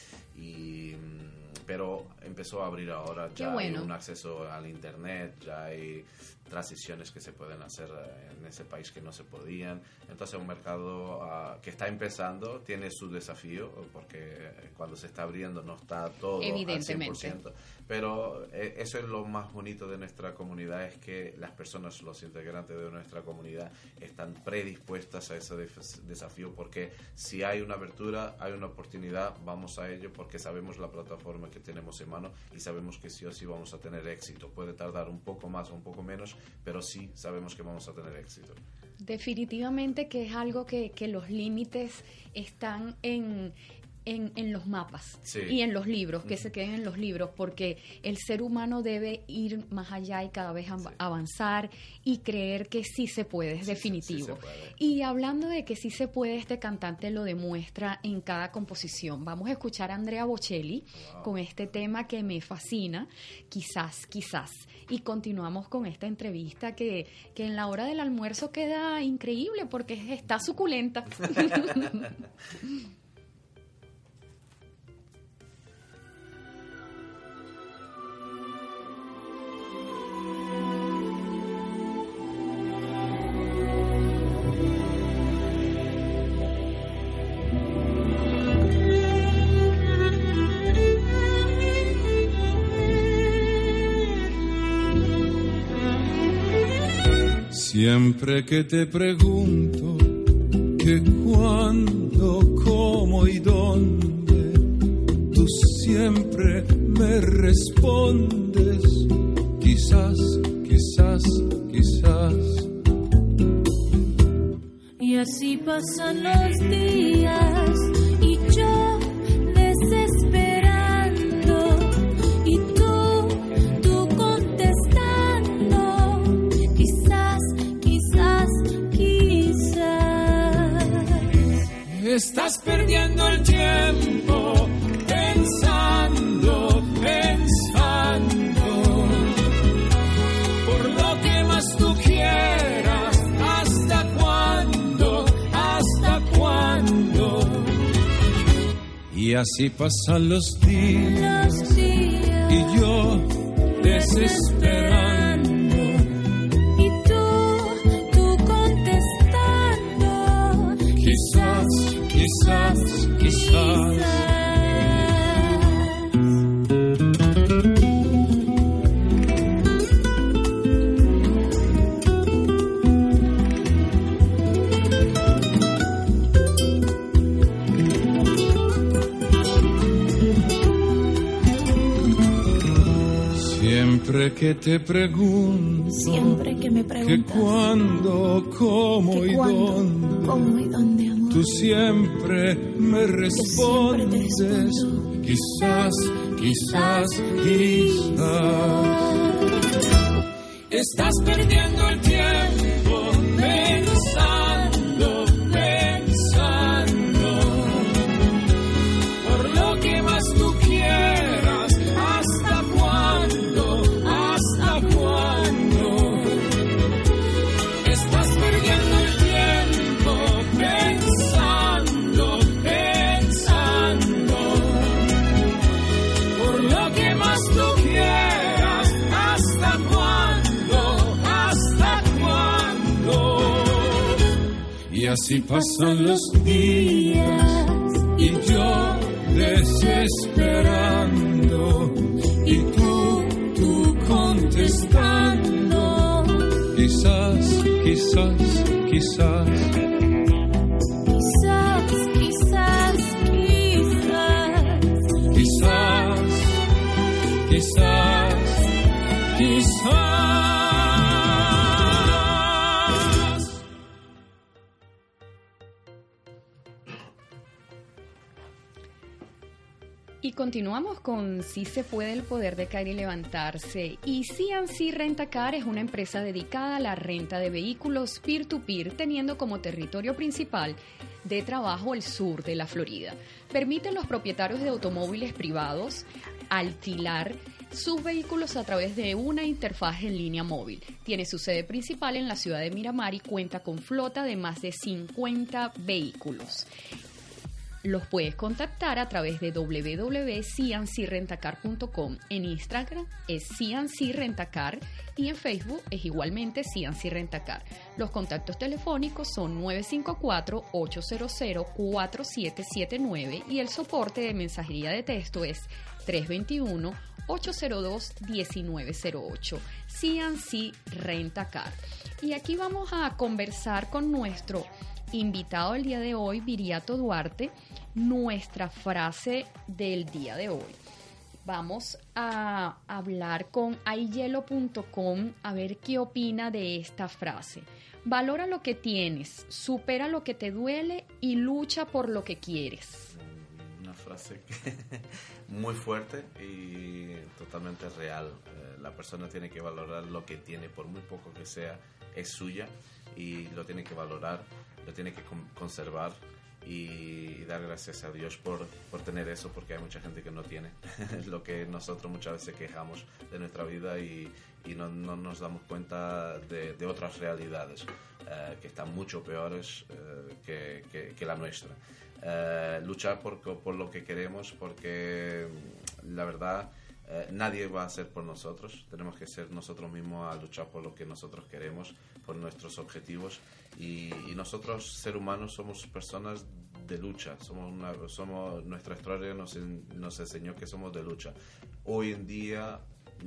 pero empezó a abrir ahora. Ya hay un acceso al internet, ya hay transiciones que se pueden hacer en ese país que no se podían. Entonces un mercado que está empezando, tiene su desafío, porque cuando se está abriendo no está todo al 100%, pero eso es lo más bonito de nuestra comunidad, es que las personas, los integrantes de nuestra comunidad están predispuestas a ese desafío, porque si hay una abertura, hay una oportunidad, vamos a ello, porque sabemos la plataforma que tenemos en mano y sabemos que sí o sí vamos a tener éxito. Puede tardar un poco más o un poco menos, pero sí sabemos que vamos a tener éxito. Definitivamente que es algo que los límites están en los mapas y en los libros, que se queden en los libros, porque el ser humano debe ir más allá y cada vez avanzar y creer que sí se puede, es definitivo. Sí se puede. Y hablando de que sí se puede, este cantante lo demuestra en cada composición. Vamos a escuchar a Andrea Bocelli con este tema que me fascina, Quizás. Y continuamos con esta entrevista que en la hora del almuerzo queda increíble porque está suculenta. Siempre que te pregunto que cuándo, cómo y dónde, tú siempre me respondes, quizás. Y así pasan los días y yo desesperando y tú contestando, quizás. Estás perdiendo el tiempo pensando por lo que más tú quieras. ¿Hasta cuándo? Y así pasan los días y yo desesperando. Quizás. que te pregunto, siempre que me preguntas, que cuándo, cómo y dónde, amor, tú siempre me respondes, quizás, quizás, quizás. Estás perdiendo el tiempo pensando, pensando, por lo que más tú quieras. ¿Hasta cuándo? ¿Hasta cuándo? Estás perdiendo el tiempo pensando, pensando, por lo que más tú quieras. ¿Hasta cuándo? ¿Hasta cuándo? Y así pasan los días y yo desesperando y tú contestando. Quizás, quizás, quizás. quizás, quizás, quizás, Quizás, quizás, quizás. Y continuamos con Sí se puede, el poder de caer y levantarse. Y C&C Rentacar es una empresa dedicada a la renta de vehículos peer-to-peer, teniendo como territorio principal de trabajo el sur de la Florida. Permite a los propietarios de automóviles privados alquilar sus vehículos a través de una interfaz en línea móvil. Tiene su sede principal en la ciudad de Miramar y cuenta con flota de más de 50 vehículos. Los puedes contactar a través de www.cncrentacar.com. En Instagram es C&C Rentacar y en Facebook es igualmente C&C Rentacar. Los contactos telefónicos son 954-800-4779 y el soporte de mensajería de texto es 321-802-1908. C&C Rentacar. Y aquí vamos a conversar con nuestro invitado el día de hoy, Viriato Duarte, nuestra frase del día de hoy. Vamos a hablar con ayhielo.com a ver qué opina de esta frase. Valora lo que tienes, supera lo que te duele y lucha por lo que quieres. Una frase muy fuerte y totalmente real. La persona tiene que valorar lo que tiene, por muy poco que sea, es suya y lo tiene que valorar, lo tiene que conservar y dar gracias a Dios por tener eso, porque hay mucha gente que no tiene. Es lo que nosotros muchas veces quejamos de nuestra vida y no nos damos cuenta de otras realidades que están mucho peores que la nuestra. Luchar por lo que queremos, porque la verdad nadie va a hacer por nosotros. Tenemos que ser nosotros mismos a luchar por lo que nosotros queremos, por nuestros objetivos, y nosotros, ser humanos, somos personas de lucha. Somos nuestra historia nos enseñó que somos de lucha. Hoy en día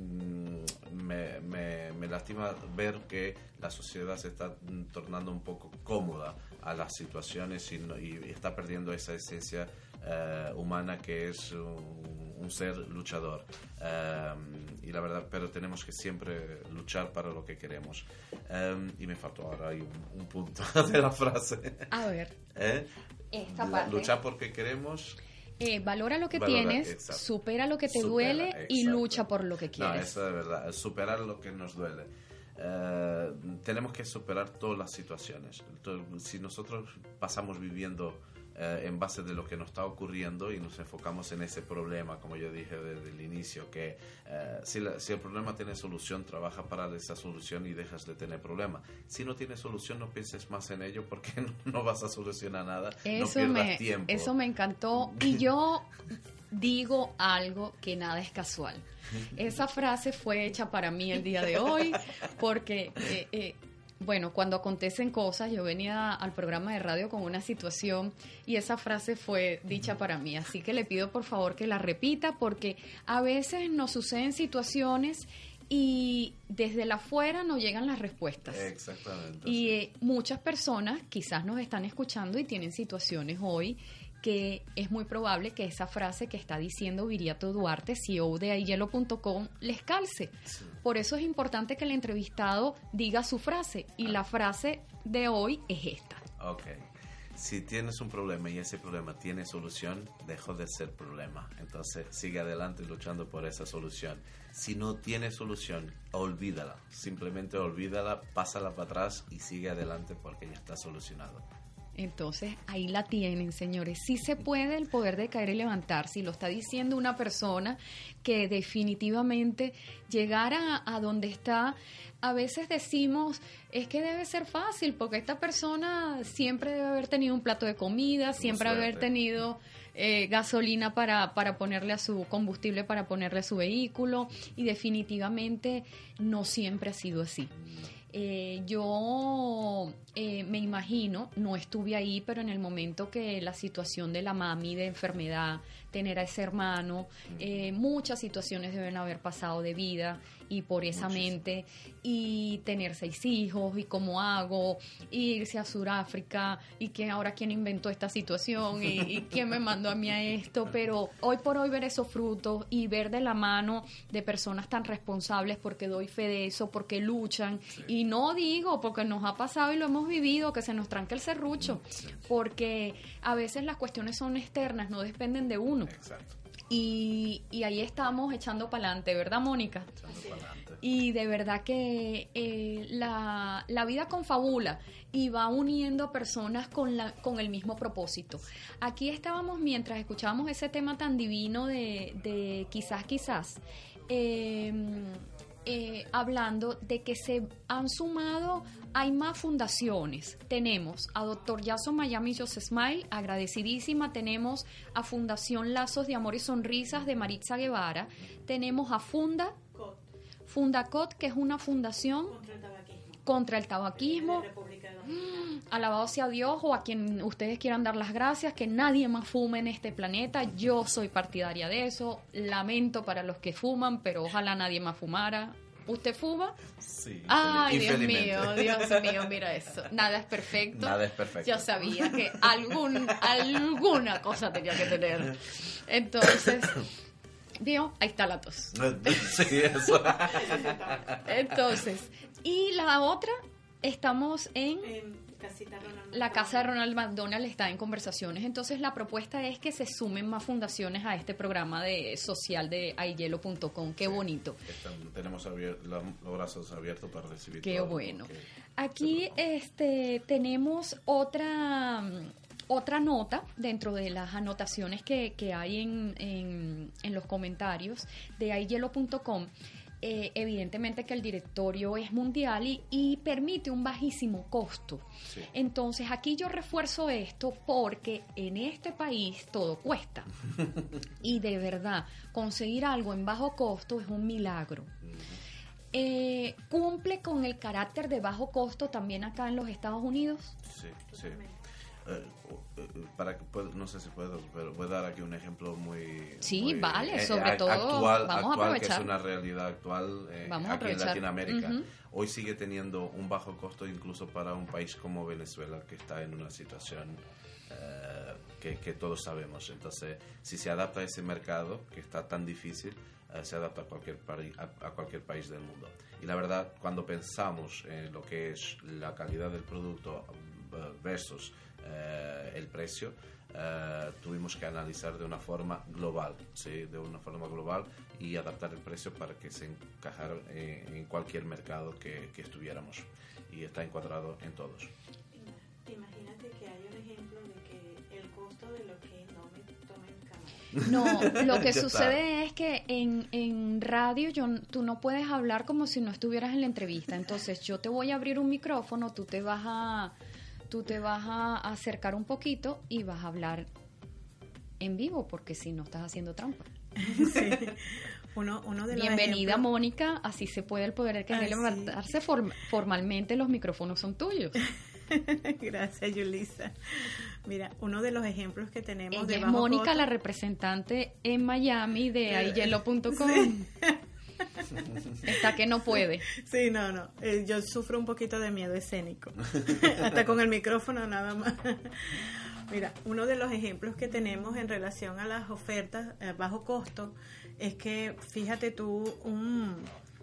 me lastima ver que la sociedad se está tornando un poco cómoda a las situaciones y está perdiendo esa esencia humana que es un ser luchador, y la verdad, pero tenemos que siempre luchar para lo que queremos. Y me faltó ahora hay un punto de la frase. A ver, esta parte. Luchar porque queremos. Valora lo que tienes, exacto. Supera lo que te duele, exacto. Y lucha por lo que quieres. No, eso es verdad, superar lo que nos duele. Tenemos que superar todas las situaciones. Si nosotros pasamos viviendo en base de lo que nos está ocurriendo y nos enfocamos en ese problema, como yo dije desde el inicio, que si el problema tiene solución, trabaja para esa solución y dejas de tener problema. Si no tiene solución, no pienses más en ello, porque no vas a solucionar nada. No pierdas tiempo. Eso me encantó, y yo digo algo que nada es casual. Esa frase fue hecha para mí el día de hoy, porque bueno, cuando acontecen cosas, yo venía al programa de radio con una situación y esa frase fue dicha para mí. Así que le pido por favor que la repita, porque a veces nos suceden situaciones y desde la afuera no llegan las respuestas. Exactamente. Y muchas personas quizás nos están escuchando y tienen situaciones hoy que es muy probable que esa frase que está diciendo Viriato Duarte, CEO de ayhielo.com, les calce. Sí. Por eso es importante que el entrevistado diga su frase, y la frase de hoy es esta. Ok. Si tienes un problema y ese problema tiene solución, dejó de ser problema. Entonces sigue adelante luchando por esa solución. Si no tiene solución, olvídala. Simplemente olvídala, pásala para atrás y sigue adelante porque ya está solucionado. Entonces, ahí la tienen, señores. Sí se puede el poder de caer y levantarse. Y lo está diciendo una persona que definitivamente llegar a donde está. A veces decimos, es que debe ser fácil, porque esta persona siempre debe haber tenido un plato de comida, siempre haber tenido gasolina para ponerle a su combustible, para ponerle a su vehículo, y definitivamente no siempre ha sido así. Yo me imagino, no estuve ahí, pero en el momento que la situación de la mami de enfermedad, tener a ese hermano, muchas situaciones deben haber pasado de vida y por esa mente, y tener 6 hijos, y cómo hago, y irse a Sudáfrica, y que ahora quién inventó esta situación, y quién me mandó a mí a esto, pero hoy por hoy ver esos frutos y ver de la mano de personas tan responsables, porque doy fe de eso, porque luchan, y no digo, porque nos ha pasado y lo hemos vivido, que se nos tranque el serrucho, porque a veces las cuestiones son externas, no dependen de uno. Exacto. Y ahí estamos echando para adelante, ¿verdad, Mónica? Y de verdad que la vida confabula y va uniendo personas con el mismo propósito. Aquí estábamos, mientras escuchábamos ese tema tan divino de quizás, hablando de que se han sumado, hay más fundaciones. Tenemos a Dr. Yaso Miami Joseph Smile, agradecidísima. Tenemos a Fundación Lazos de Amor y Sonrisas de Maritza Guevara. Tenemos a Fundacot, que es una fundación contra el tabaquismo. Alabado sea Dios, o a quien ustedes quieran dar las gracias, que nadie más fume en este planeta. Yo soy partidaria de eso. Lamento para los que fuman, pero ojalá nadie más fumara. ¿Usted fuma? Sí. Ay, Dios mío, mira eso. Nada es perfecto. Nada es perfecto. Yo sabía que alguna cosa tenía que tener. Entonces, ¿vio? Ahí está la tos. Sí, eso. Entonces, y la otra, estamos en la casa de Ronald McDonald, está en conversaciones. Entonces la propuesta es que se sumen más fundaciones a este programa social de ayhielo.com. Qué bonito. Tenemos los brazos abiertos para recibir. Qué bueno. Aquí tenemos otra nota dentro de las anotaciones que hay en los comentarios de ayhielo.com. Evidentemente que el directorio es mundial y permite un bajísimo costo. Sí. Entonces aquí yo refuerzo esto porque en este país todo cuesta. Y de verdad, conseguir algo en bajo costo es un milagro. ¿Cumple con el carácter de bajo costo también acá en los Estados Unidos? Sí, sí. No sé si puedo, pero voy a dar aquí un ejemplo muy vale, sobre todo actual, vamos a aprovechar, que es una realidad actual aquí en Latinoamérica. Hoy sigue teniendo un bajo costo incluso para un país como Venezuela, que está en una situación que todos sabemos. Entonces, si se adapta a ese mercado que está tan difícil, se adapta a cualquier país del mundo. Y la verdad, cuando pensamos en lo que es la calidad del producto versus el precio, tuvimos que analizar de una forma global, ¿sí? De una forma global, y adaptar el precio para que se encajara en cualquier mercado que estuviéramos, y está encuadrado en todos. Imagínate que hay un ejemplo de que el costo de lo que no me tomen cámara. No, lo que sucede es que en radio tú no puedes hablar como si no estuvieras en la entrevista. Entonces yo te voy a abrir un micrófono, tú te vas a acercar un poquito y vas a hablar en vivo, porque si no estás haciendo trampa. Sí. Uno de los Bienvenida, Mónica. Así se puede el poder que levantarse formalmente. Los micrófonos son tuyos. Gracias, Yulisa. Mira, uno de los ejemplos que tenemos Ella es Mónica, la representante en Miami de ayhielo.com. Sí. Está que no puede. Sí, no. Yo sufro un poquito de miedo escénico. Hasta con el micrófono nada más. Mira, uno de los ejemplos que tenemos en relación a las ofertas a bajo costo es que, fíjate tú,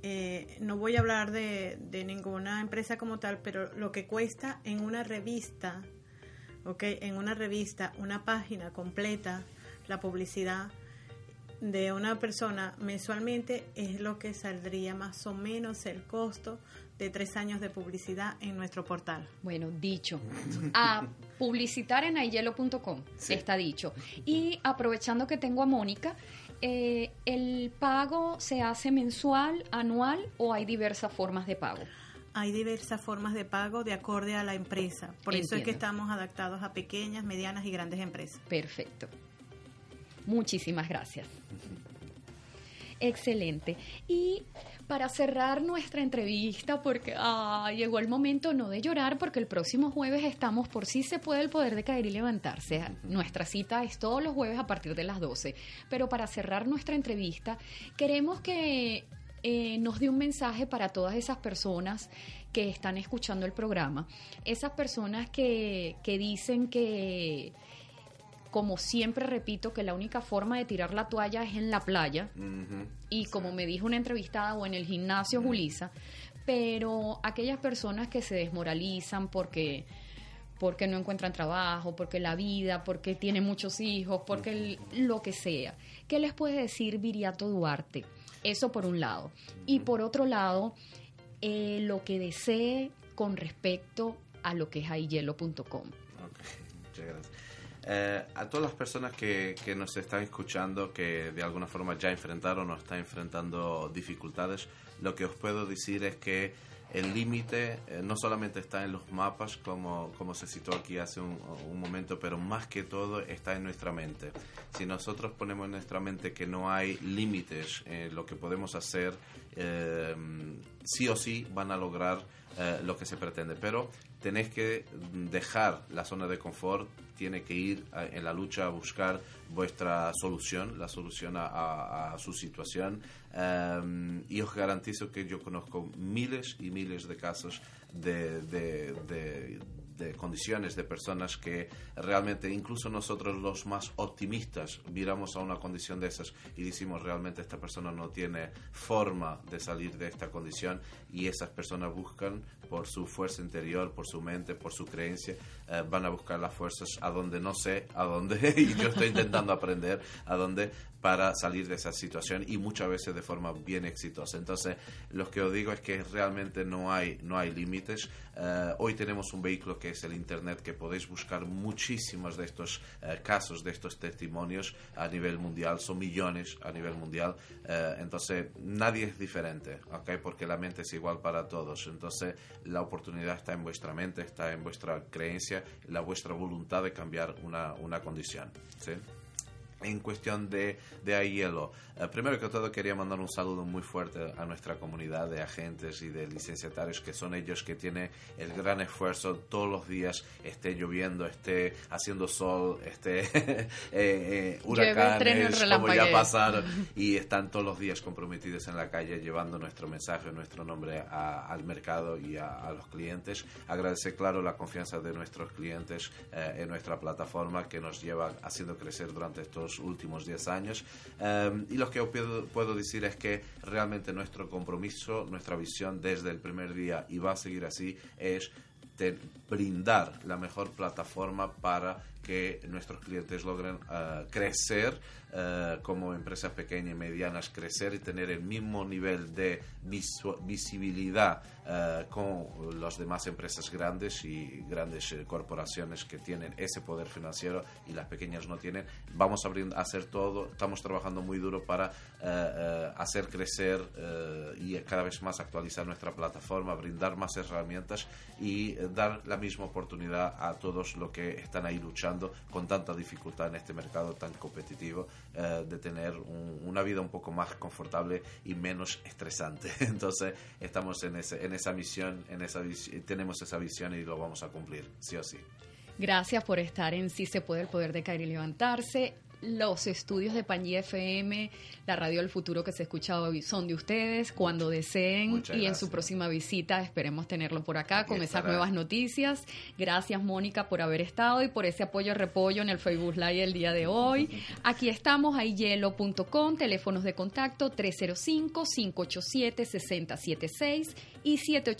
no voy a hablar de ninguna empresa como tal, pero lo que cuesta en una revista, en una revista, una página completa, la publicidad de una persona mensualmente es lo que saldría más o menos el costo de 3 años de publicidad en nuestro portal. Bueno, dicho. A publicitar en ayelo.com, sí. Está dicho. Y aprovechando que tengo a Mónica, ¿el pago se hace mensual, anual o hay diversas formas de pago? Hay diversas formas de pago de acorde a la empresa. Por Entiendo. Eso es que estamos adaptados a pequeñas, medianas y grandes empresas. Perfecto. Muchísimas gracias. Excelente. Y para cerrar nuestra entrevista, porque llegó el momento no de llorar, porque el próximo jueves estamos por Si se puede, el poder de caer y levantarse. Nuestra cita es todos los jueves a partir de las 12. Pero para cerrar nuestra entrevista, queremos que nos dé un mensaje para todas esas personas que están escuchando el programa. Esas personas que dicen que, como siempre repito, que la única forma de tirar la toalla es en la playa, y como me dijo una entrevistada, o en el gimnasio Julissa, pero aquellas personas que se desmoralizan porque no encuentran trabajo, porque la vida, porque tienen muchos hijos, porque lo que sea, ¿qué les puede decir Viriato Duarte? Eso por un lado. Y por otro lado, lo que desee con respecto a lo que es ayelo.com. Muchas gracias. A todas las personas que nos están escuchando, que de alguna forma ya enfrentaron o están enfrentando dificultades, lo que os puedo decir es que el límite no solamente está en los mapas, como se citó aquí hace un momento, pero más que todo está en nuestra mente. Si nosotros ponemos en nuestra mente que no hay límites en lo que podemos hacer, sí o sí van a lograr lo que se pretende. Pero tenéis que dejar la zona de confort, tiene que ir en la lucha a buscar vuestra solución, la solución a su situación, y os garantizo que yo conozco miles y miles de casos de condiciones, de personas que realmente, incluso nosotros los más optimistas, miramos a una condición de esas y decimos realmente esta persona no tiene forma de salir de esta condición, y esas personas buscan por su fuerza interior, por su mente, por su creencia, van a buscar las fuerzas a donde no sé, a dónde, y yo estoy intentando aprender a dónde, para salir de esa situación, y muchas veces de forma bien exitosa. Entonces, lo que os digo es que realmente no hay límites. Hoy tenemos un vehículo que es el Internet, que podéis buscar muchísimos de estos casos, de estos testimonios a nivel mundial. Son millones a nivel mundial. Entonces, nadie es diferente, ¿okay? Porque la mente es igual para todos. Entonces, la oportunidad está en vuestra mente, está en vuestra creencia, la vuestra voluntad de cambiar una condición, ¿sí? En cuestión de ayelo, primero que todo quería mandar un saludo muy fuerte a nuestra comunidad de agentes y de licenciatarios, que son ellos que tienen el gran esfuerzo todos los días, esté lloviendo, esté haciendo sol, esté huracanes, como ya pasaron, y están todos los días comprometidos en la calle llevando nuestro mensaje, nuestro nombre al mercado y a los clientes. Agradecer, claro, la confianza de nuestros clientes en nuestra plataforma, que nos lleva haciendo crecer durante estos últimos 10 años, y lo que yo puedo decir es que realmente nuestro compromiso, nuestra visión desde el primer día, y va a seguir así, es brindar la mejor plataforma para que nuestros clientes logren crecer como empresas pequeñas y medianas, crecer y tener el mismo nivel de visibilidad con las demás empresas grandes y grandes corporaciones que tienen ese poder financiero y las pequeñas no tienen. Vamos a hacer todo, estamos trabajando muy duro para hacer crecer y cada vez más actualizar nuestra plataforma, brindar más herramientas y dar la misma oportunidad a todos los que están ahí luchando con tanta dificultad en este mercado tan competitivo, de tener una vida un poco más confortable y menos estresante. Entonces estamos en esa misión, tenemos esa visión y lo vamos a cumplir, sí o sí. Gracias por estar en Si se puede, el poder de caer y levantarse. los estudios de Pangía FM, la radio del futuro que se escucha hoy, son de ustedes. Cuando deseen. Muchas gracias. En su próxima visita esperemos tenerlo por acá con esas nuevas noticias. Gracias, Mónica, por haber estado y por ese apoyo repollo en el Facebook Live el día de hoy. Aquí estamos, ayhielo.com, teléfonos de contacto 305-587-6076 y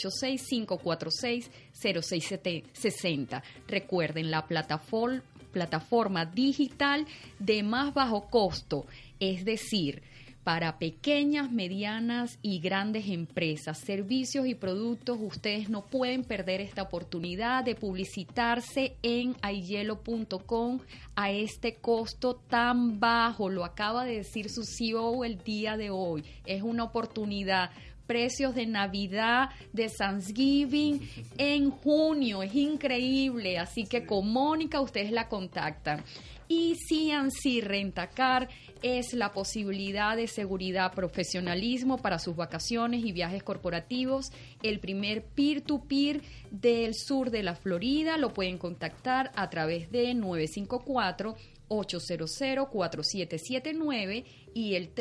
786-546-0660. Recuerden, la plataforma digital de más bajo costo, es decir, para pequeñas, medianas y grandes empresas, servicios y productos. Ustedes no pueden perder esta oportunidad de publicitarse en ayhielo.com a este costo tan bajo. Lo acaba de decir su CEO el día de hoy. Es una oportunidad. Precios de Navidad, de Thanksgiving en junio, es increíble, así que con Mónica ustedes la contactan. Y C&C Rentacar es la posibilidad de seguridad, profesionalismo para sus vacaciones y viajes corporativos, el primer peer-to-peer del sur de la Florida. Lo pueden contactar a través de 954-800-4779 y el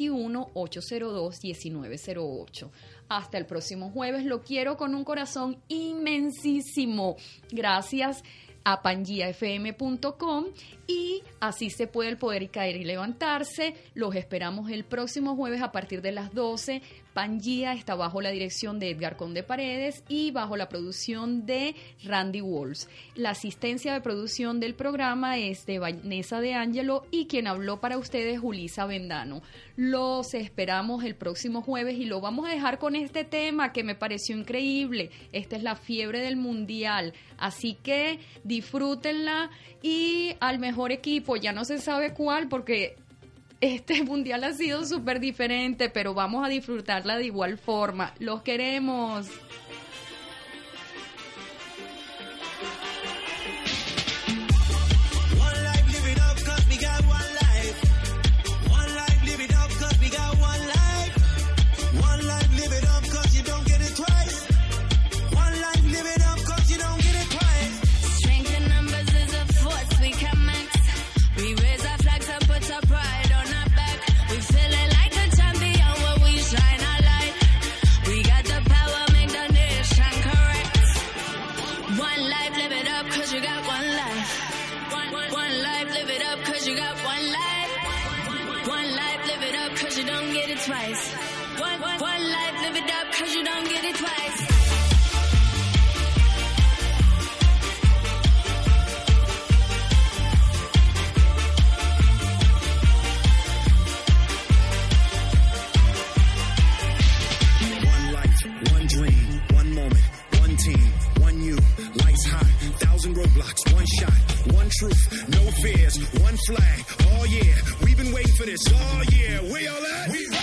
321-802-1908. Hasta el próximo jueves. Lo quiero con un corazón inmensísimo. Gracias a pangiafm.com, y así se puede el poder y caer y levantarse. Los esperamos el próximo jueves a partir de las 12. Pangía está bajo la dirección de Edgar Conde Paredes y bajo la producción de Randy Walls. La asistencia de producción del programa es de Vanessa de Angelo y quien habló para ustedes, Julisa Vendano. Los esperamos el próximo jueves y lo vamos a dejar con este tema que me pareció increíble. Esta es la fiebre del mundial, así que disfrútenla, y al mejor equipo, ya no se sabe cuál porque este mundial ha sido súper diferente, pero vamos a disfrutarla de igual forma. Los queremos. Twice. One life, live it up, cause you don't get it twice. One life, one dream, one moment, one team, one you, lights hot, 1,000 roadblocks, one shot, one truth, no fears, one flag, oh yeah, we've been waiting for this, oh yeah, where y'all at?